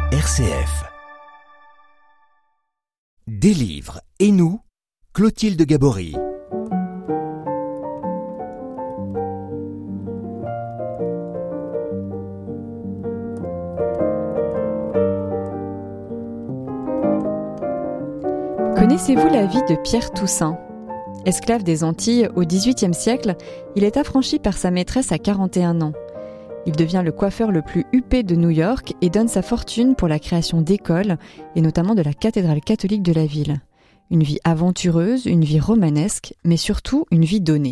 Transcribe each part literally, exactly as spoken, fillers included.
R C F. Des livres et nous, Clotilde Gabory. Connaissez-vous la vie de Pierre Toussaint ? Esclave des Antilles au dix-huitième siècle, il est affranchi par sa maîtresse à quarante et un ans. Il devient le coiffeur le plus huppé de New York et donne sa fortune pour la création d'écoles et notamment de la cathédrale catholique de la ville. Une vie aventureuse, une vie romanesque, mais surtout une vie donnée.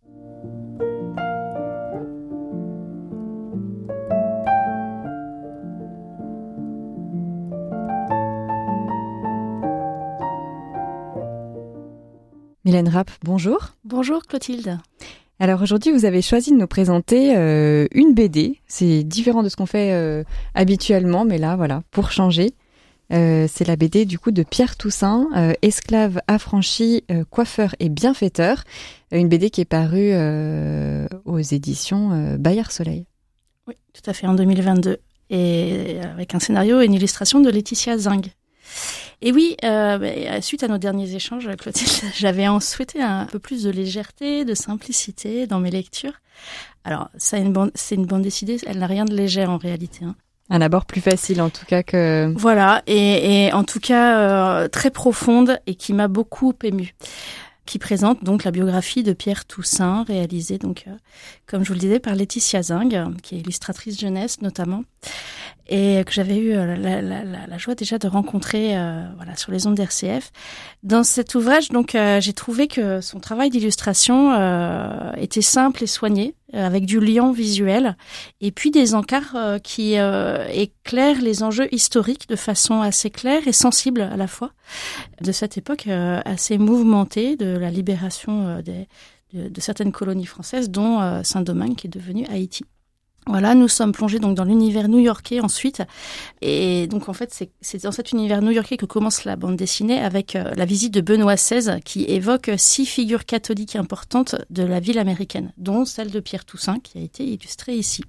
Mylène Rapp, bonjour. Bonjour Clotilde. Alors aujourd'hui, vous avez choisi de nous présenter euh, une B D. C'est différent de ce qu'on fait euh, habituellement, mais là, voilà, pour changer. Euh, c'est la B D du coup de Pierre Toussaint, euh, esclave affranchi, euh, coiffeur et bienfaiteur. Une B D qui est parue euh, aux éditions euh, Bayard Soleil. Oui, tout à fait, en deux mille vingt-deux. Et avec un scénario et une illustration de Laetitia Zing. Et oui, euh, suite à nos derniers échanges, Clotilde, j'avais en souhaité un peu plus de légèreté, de simplicité dans mes lectures. Alors, ça, une bande, c'est une bande dessinée, elle n'a rien de léger en réalité. Hein. Un abord plus facile en tout cas que... Voilà, et, et en tout cas euh, très profonde et qui m'a beaucoup émue. Qui présente donc la biographie de Pierre Toussaint, réalisée donc, euh, comme je vous le disais, par Laetitia Zing, qui est illustratrice jeunesse notamment, et que j'avais eu euh, la, la, la, la joie déjà de rencontrer euh, voilà, sur les ondes d'R C F. Dans cet ouvrage, donc, euh, j'ai trouvé que son travail d'illustration euh, était simple et soigné, euh, avec du liant visuel, et puis des encarts euh, qui euh, éclairent les enjeux historiques de façon assez claire et sensible à la fois, de cette époque euh, assez mouvementée de la libération euh, des, de, de certaines colonies françaises, dont euh, Saint-Domingue, qui est devenu Haïti. Voilà, nous sommes plongés donc dans l'univers new-yorkais ensuite, et donc en fait c'est, c'est dans cet univers new-yorkais que commence la bande dessinée avec euh, la visite de Benoît seize qui évoque six figures catholiques importantes de la ville américaine, dont celle de Pierre Toussaint qui a été illustrée ici.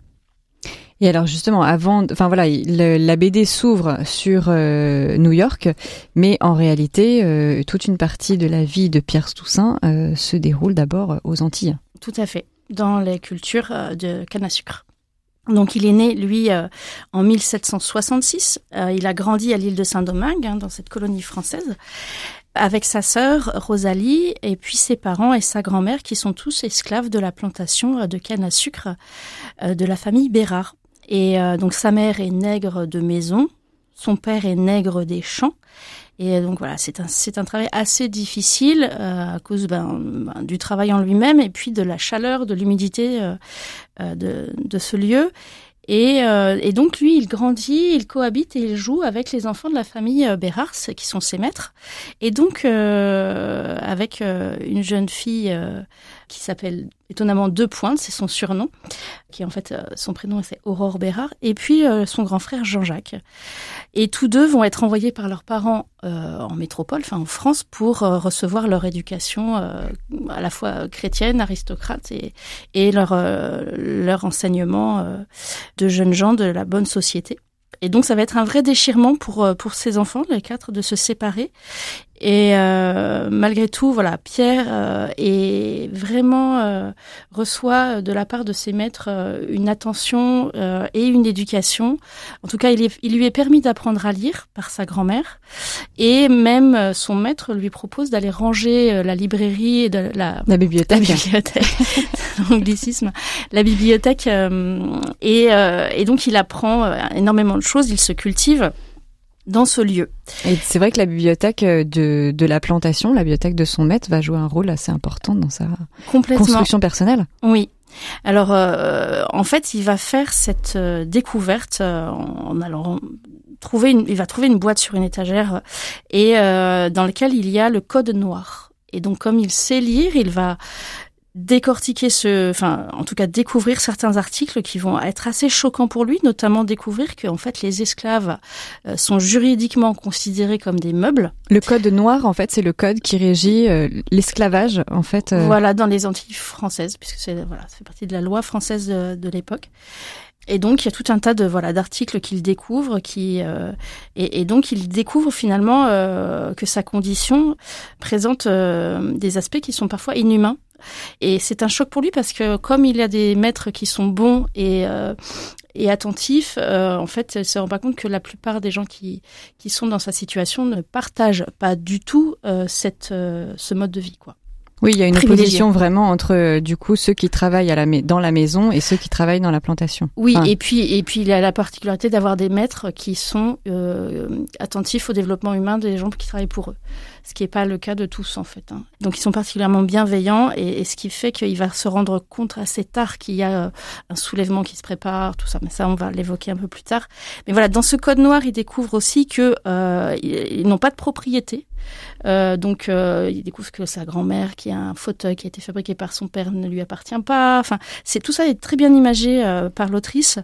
Et alors justement, avant, enfin voilà, le, la B D s'ouvre sur euh, New York, mais en réalité, euh, toute une partie de la vie de Pierre Toussaint euh, se déroule d'abord aux Antilles. Tout à fait, dans les cultures euh, de canne à sucre. Donc il est né, lui, euh, en mille sept cent soixante-six. Euh, il a grandi à l'île de Saint-Domingue, hein, dans cette colonie française, avec sa sœur Rosalie, et puis ses parents et sa grand-mère, qui sont tous esclaves de la plantation de canne à sucre euh, de la famille Bérard. Et euh, donc sa mère est nègre de maison, son père est nègre des champs. Et donc voilà, c'est un c'est un travail assez difficile euh, à cause ben, ben, du travail en lui-même et puis de la chaleur, de l'humidité euh, euh, de de ce lieu. Et, euh, et donc lui, il grandit, il cohabite et il joue avec les enfants de la famille euh, Bérard, qui sont ses maîtres. Et donc euh, avec euh, une jeune fille euh, qui s'appelle étonnamment Deux Pointes, c'est son surnom, qui en fait euh, son prénom c'est Aurore Bérard, et puis euh, son grand frère Jean-Jacques. Et tous deux vont être envoyés par leurs parents euh, en métropole, enfin en France, pour euh, recevoir leur éducation euh, à la fois chrétienne, aristocrate, et, et leur euh, leur enseignement euh, de jeunes gens de la bonne société. Et donc ça va être un vrai déchirement pour pour ces enfants, les quatre, de se séparer. Et euh, malgré tout, voilà, Pierre euh, est vraiment euh, reçoit de la part de ses maîtres euh, une attention euh, et une éducation. En tout cas, il, est, il lui est permis d'apprendre à lire par sa grand-mère, et même euh, son maître lui propose d'aller ranger euh, la librairie et de la, la bibliothèque, la bibliothèque, l'anglicisme, la bibliothèque, euh, et, euh, et donc il apprend euh, énormément de choses. Il se cultive dans ce lieu. Et c'est vrai que la bibliothèque de, de la plantation, la bibliothèque de son maître, va jouer un rôle assez important dans sa construction personnelle. Oui. Alors, euh, en fait, il va faire cette euh, découverte euh, en allant trouver une, il va trouver une boîte sur une étagère et euh, dans laquelle il y a le code noir. Et donc, comme il sait lire, il va décortiquer ce, enfin, en tout cas, découvrir certains articles qui vont être assez choquants pour lui, notamment découvrir que, en fait, les esclaves euh, sont juridiquement considérés comme des meubles. Le code noir, en fait, c'est le code qui régit euh, l'esclavage, en fait. Euh... Voilà, dans les Antilles françaises, puisque c'est, voilà, ça fait partie de la loi française de, de l'époque. Et donc, il y a tout un tas de voilà d'articles qu'il découvre, qui euh, et, et donc il découvre finalement euh, que sa condition présente euh, des aspects qui sont parfois inhumains. Et c'est un choc pour lui parce que comme il y a des maîtres qui sont bons et euh, et attentifs, euh, en fait, il se rend pas compte que la plupart des gens qui qui sont dans sa situation ne partagent pas du tout euh, cette euh, ce mode de vie, quoi. Oui, il y a une opposition vraiment entre euh, du coup ceux qui travaillent à la ma- dans la maison et ceux qui travaillent dans la plantation. Oui, enfin... et puis et puis il a la particularité d'avoir des maîtres qui sont euh, attentifs au développement humain des gens qui travaillent pour eux, ce qui n'est pas le cas de tous en fait. Hein. Donc ils sont particulièrement bienveillants et, et ce qui fait qu'il va se rendre compte assez tard qu'il y a euh, un soulèvement qui se prépare, tout ça. Mais ça, on va l'évoquer un peu plus tard. Mais voilà, dans ce code noir, il découvre aussi que euh, ils, ils n'ont pas de propriété. Euh, donc, euh, il découvre que sa grand-mère, qui a un fauteuil qui a été fabriqué par son père, ne lui appartient pas. Enfin, c'est tout ça est très bien imagé euh, par l'autrice,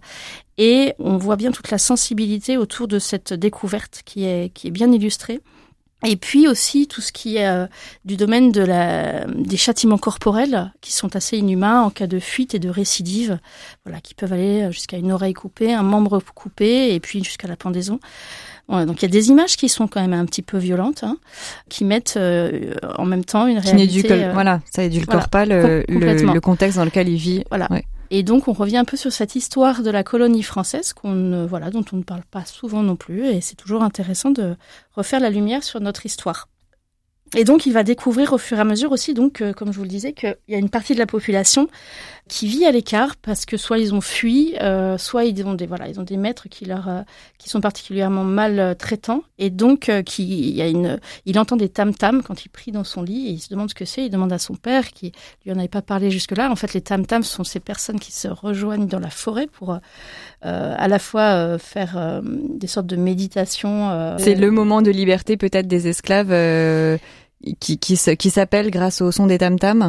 et on voit bien toute la sensibilité autour de cette découverte qui est qui est bien illustrée. Et puis aussi tout ce qui est euh, du domaine de la des châtiments corporels qui sont assez inhumains en cas de fuite et de récidive, voilà, qui peuvent aller jusqu'à une oreille coupée, un membre coupé, et puis jusqu'à la pendaison. Ouais, donc il y a des images qui sont quand même un petit peu violentes, hein, qui mettent euh, en même temps une réalité. Qui n'édulcore, euh, voilà, ça édulcore voilà, pas le, le, le contexte dans lequel il vit. Voilà. Ouais. Et donc on revient un peu sur cette histoire de la colonie française qu'on ne, voilà, dont on ne parle pas souvent non plus, et c'est toujours intéressant de refaire la lumière sur notre histoire. Et donc, il va découvrir au fur et à mesure aussi, donc, euh, comme je vous le disais, qu'il y a une partie de la population qui vit à l'écart parce que soit ils ont fui, euh, soit ils ont des voilà, ils ont des maîtres qui leur euh, qui sont particulièrement maltraitants, et donc euh, qui il y a une, il entend des tam-tams quand il prie dans son lit et il se demande ce que c'est. Il demande à son père qui lui en avait pas parlé jusque-là. En fait, les tam-tams sont ces personnes qui se rejoignent dans la forêt pour euh, à la fois euh, faire euh, des sortes de méditation. Euh, c'est le moment de liberté peut-être des esclaves. Euh... Qui, qui, qui s'appelle grâce au son des tam-tams.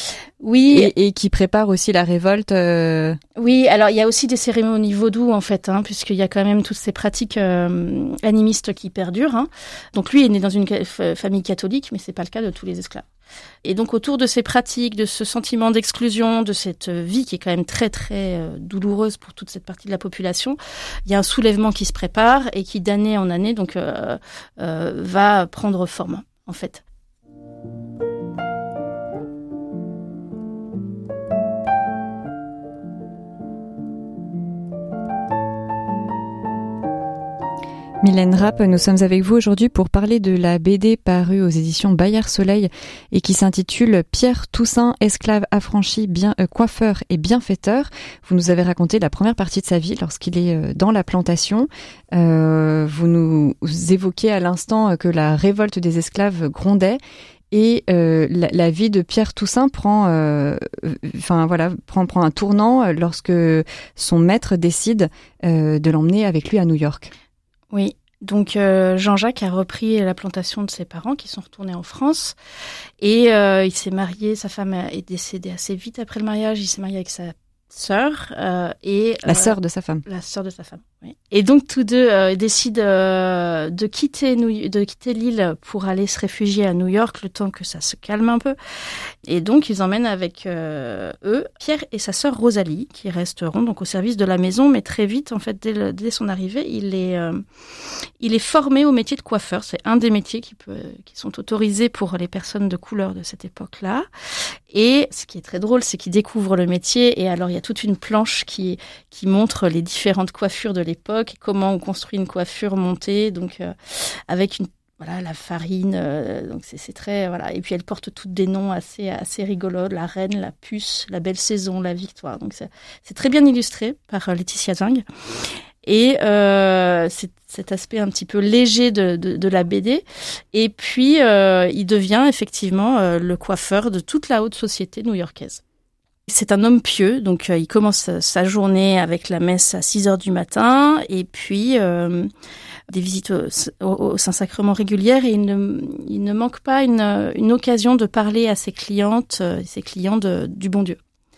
Oui. Et, et qui prépare aussi la révolte. Euh... Oui, alors il y a aussi des cérémonies vaudou en fait, hein, puisqu'il y a quand même toutes ces pratiques euh, animistes qui perdurent. Hein. Donc lui est né dans une ca- famille catholique, mais c'est pas le cas de tous les esclaves. Et donc autour de ces pratiques, de ce sentiment d'exclusion, de cette vie qui est quand même très très euh, douloureuse pour toute cette partie de la population, il y a un soulèvement qui se prépare et qui d'année en année donc euh, euh, va prendre forme en fait. Mylène Rapp, nous sommes avec vous aujourd'hui pour parler de la B D parue aux éditions Bayard Soleil et qui s'intitule Pierre Toussaint, esclave affranchi, bien euh, coiffeur et bienfaiteur. Vous nous avez raconté la première partie de sa vie lorsqu'il est euh, dans la plantation. Euh, vous nous évoquez à l'instant que la révolte des esclaves grondait. Et euh, la, la vie de Pierre Toussaint prend, euh, enfin voilà, prend, prend un tournant lorsque son maître décide euh, de l'emmener avec lui à New York. Oui, donc euh, Jean-Jacques a repris la plantation de ses parents qui sont retournés en France, et euh, il s'est marié, sa femme est décédée assez vite après le mariage, il s'est marié avec sa sœur euh, et la euh, sœur de sa femme. La sœur de sa femme. Oui. Et donc tous deux euh, décident euh, de quitter New- de quitter l'île pour aller se réfugier à New York le temps que ça se calme un peu. Et donc ils emmènent avec euh, eux Pierre et sa sœur Rosalie qui resteront donc au service de la maison, mais très vite en fait dès, le, dès son arrivée, il est euh, il est formé au métier de coiffeur. C'est un des métiers qui peut qui sont autorisés pour les personnes de couleur de cette époque-là. Et ce qui est très drôle, c'est qu'il découvre le métier, et alors il y a toute une planche qui qui montre les différentes coiffures de l'époque, comment on construit une coiffure montée, donc euh, avec une voilà la farine, euh, donc c'est c'est très voilà, et puis elles portent toutes des noms assez assez rigolos, la reine, la puce, la belle saison, la victoire. Donc c'est c'est très bien illustré par euh, Laetitia Zing. Et euh, c'est cet aspect un petit peu léger de, de, de la B D. Et puis, euh, il devient effectivement euh, le coiffeur de toute la haute société new-yorkaise. C'est un homme pieux, donc euh, il commence sa journée avec la messe à six heures du matin, et puis euh, des visites au, au, au Saint-Sacrement régulières, et il ne, il ne manque pas une, une occasion de parler à ses clientes, euh, ses clients de, du bon Dieu.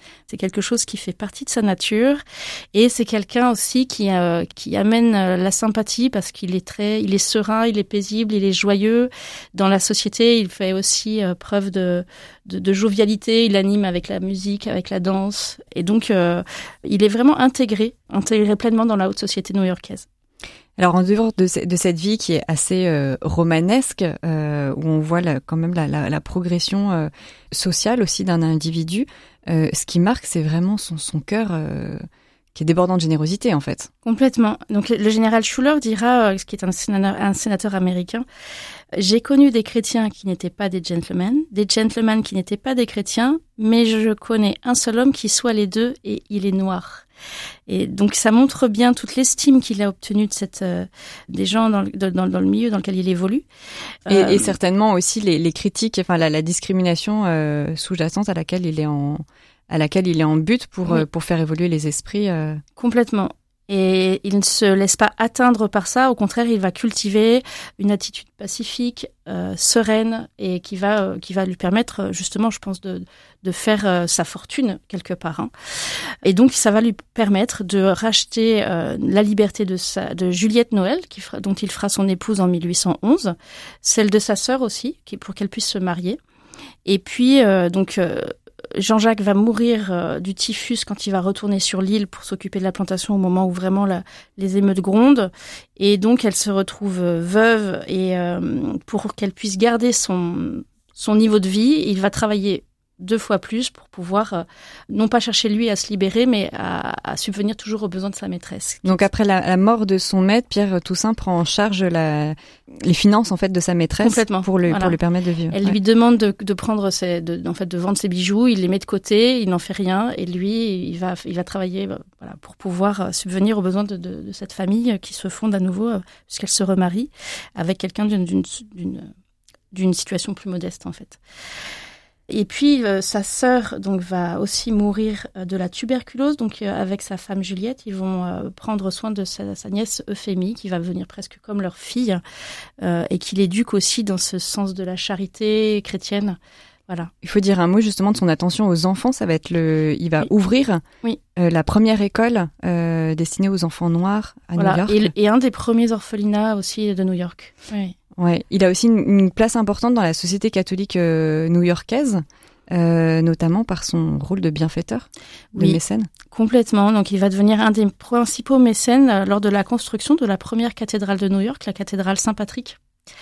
C'est quelque chose qui fait partie de sa nature et c'est quelqu'un aussi qui euh, qui amène la sympathie parce qu'il est très, il est serein, il est paisible, il est joyeux. Dans la société, il fait aussi euh, preuve de, de de jovialité. Il anime avec la musique, avec la danse et donc euh, il est vraiment intégré, intégré pleinement dans la haute société new-yorkaise. Alors en dehors de, ce, de cette vie qui est assez euh, romanesque, euh, où on voit la, quand même la, la, la progression euh, sociale aussi d'un individu, euh, ce qui marque, c'est vraiment son, son cœur euh, qui est débordant de générosité en fait. Complètement. Donc le général Schuller dira, euh, qui est un sénateur, un sénateur américain, j'ai connu des chrétiens qui n'étaient pas des gentlemen, des gentlemen qui n'étaient pas des chrétiens, mais je connais un seul homme qui soit les deux et il est noir. Et donc ça montre bien toute l'estime qu'il a obtenue de cette euh, des gens dans, dans, dans le milieu dans lequel il évolue. Et, euh, et certainement aussi les, les critiques, enfin la, la discrimination euh, sous-jacente à laquelle il est en à laquelle il est en but pour oui. euh, pour faire évoluer les esprits. Euh... Complètement. Et il ne se laisse pas atteindre par ça. Au contraire, il va cultiver une attitude pacifique, euh, sereine, et qui va euh, qui va lui permettre justement, je pense, de de faire euh, sa fortune quelque part. Hein. Et donc, ça va lui permettre de racheter euh, la liberté de sa de Juliette Noël, qui fera, dont il fera son épouse en mille huit cent onze, celle de sa sœur aussi, qui pour qu'elle puisse se marier. Et puis euh, donc. Euh, Jean-Jacques va mourir euh, du typhus quand il va retourner sur l'île pour s'occuper de la plantation au moment où vraiment la, les émeutes grondent. Et donc, elle se retrouve euh, veuve et euh, pour qu'elle puisse garder son, son niveau de vie, il va travailler deux fois plus pour pouvoir, euh, non pas chercher lui à se libérer, mais à, à subvenir toujours aux besoins de sa maîtresse. Donc après la, la mort de son maître, Pierre Toussaint prend en charge la, les finances en fait de sa maîtresse pour lui, voilà. pour lui permettre de vivre. Elle ouais. lui demande de, de prendre ses, de, en fait, de vendre ses bijoux, il les met de côté, il n'en fait rien, et lui, il va, il va travailler, voilà, pour pouvoir subvenir aux besoins de, de, de cette famille qui se fonde à nouveau, puisqu'elle se remarie avec quelqu'un d'une, d'une, d'une, d'une situation plus modeste en fait. Et puis euh, sa sœur donc va aussi mourir euh, de la tuberculose, donc euh, avec sa femme Juliette, ils vont euh, prendre soin de sa, sa nièce Euphémie, qui va devenir presque comme leur fille, euh, et qui l'éduque aussi dans ce sens de la charité chrétienne. Voilà. Il faut dire un mot justement de son attention aux enfants. Ça va être le, il va oui. ouvrir oui. Euh, la première école euh, destinée aux enfants noirs à voilà. New York. Et, et un des premiers orphelinats aussi de New York. Oui. Ouais, il a aussi une, une place importante dans la société catholique euh, new-yorkaise, euh, notamment par son rôle de bienfaiteur, de oui, mécène. Complètement. Donc, il va devenir un des principaux mécènes euh, lors de la construction de la première cathédrale de New York, la cathédrale Saint-Patrick.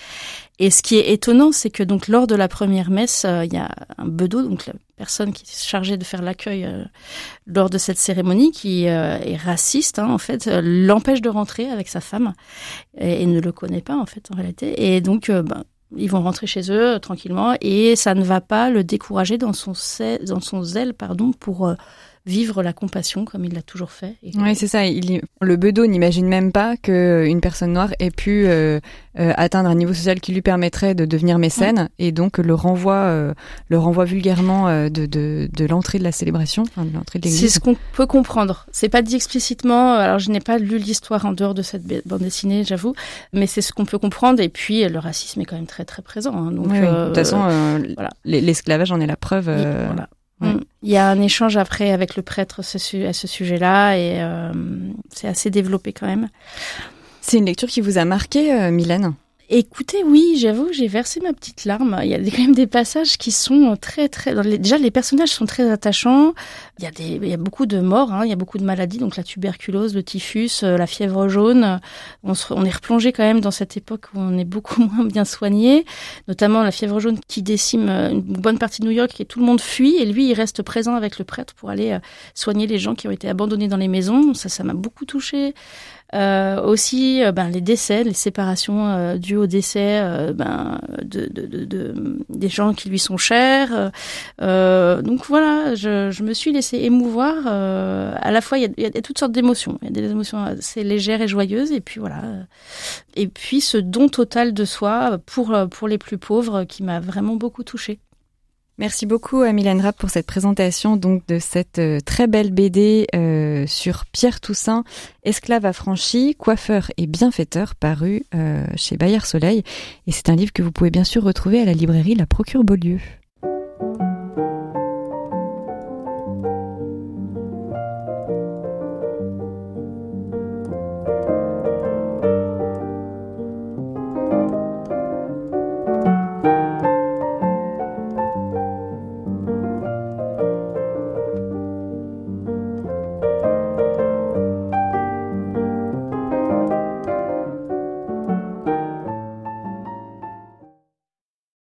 Et ce qui est étonnant, c'est que donc lors de la première messe, euh, il y a un bedeau, donc la personne qui est chargée de faire l'accueil euh, lors de cette cérémonie, qui euh, est raciste, hein, en fait, euh, l'empêche de rentrer avec sa femme et, et ne le connaît pas en fait en réalité. Et donc, euh, ben, ils vont rentrer chez eux euh, tranquillement, et ça ne va pas le décourager dans son zèle, dans son zèle, pardon, pour euh, vivre la compassion comme il l'a toujours fait. Et oui, c'est ça. Il, le bedeau n'imagine même pas qu'une personne noire ait pu euh, euh, atteindre un niveau social qui lui permettrait de devenir mécène, ouais. et donc le renvoie, euh, le renvoie vulgairement euh, de, de, de l'entrée de la célébration, enfin de l'entrée de l'église. C'est ce qu'on peut comprendre. C'est pas dit explicitement. Alors je n'ai pas lu l'histoire en dehors de cette bande dessinée, j'avoue, mais c'est ce qu'on peut comprendre. Et puis le racisme est quand même très très présent. Hein, donc oui, euh, de toute façon, euh, voilà. l'esclavage en est la preuve. Euh, voilà. Ouais. Il y a un échange après avec le prêtre à ce sujet-là, et euh, c'est assez développé quand même. C'est une lecture qui vous a marqué, euh, Mylène ? Écoutez, oui, j'avoue, j'ai versé ma petite larme. Il y a quand même des passages qui sont très, très... Dans les... Déjà, les personnages sont très attachants. Il y a, des... il y a beaucoup de morts, hein. Il y a beaucoup de maladies, donc la tuberculose, le typhus, euh, la fièvre jaune. On, se... on est replongé quand même dans cette époque où on est beaucoup moins bien soigné, notamment la fièvre jaune qui décime une bonne partie de New York, et tout le monde fuit, et lui, il reste présent avec le prêtre pour aller euh, soigner les gens qui ont été abandonnés dans les maisons. Ça, ça m'a beaucoup touchée. Euh, aussi, euh, ben, les décès, les séparations euh, dues au décès euh, ben, de, de, de, de, des gens qui lui sont chers. Euh, donc voilà, je, je me suis laissée émouvoir. Euh, à la fois, il y a, il y a toutes sortes d'émotions. Il y a des émotions assez légères et joyeuses, et puis voilà. Et puis ce don total de soi pour, pour les plus pauvres qui m'a vraiment beaucoup touchée. Merci beaucoup à Mylène Rapp pour cette présentation donc de cette euh, très belle B D euh, sur Pierre Toussaint, esclave affranchi, coiffeur et bienfaiteur, paru euh, chez Bayard Soleil. Et c'est un livre que vous pouvez bien sûr retrouver à la librairie La Procure Beaulieu.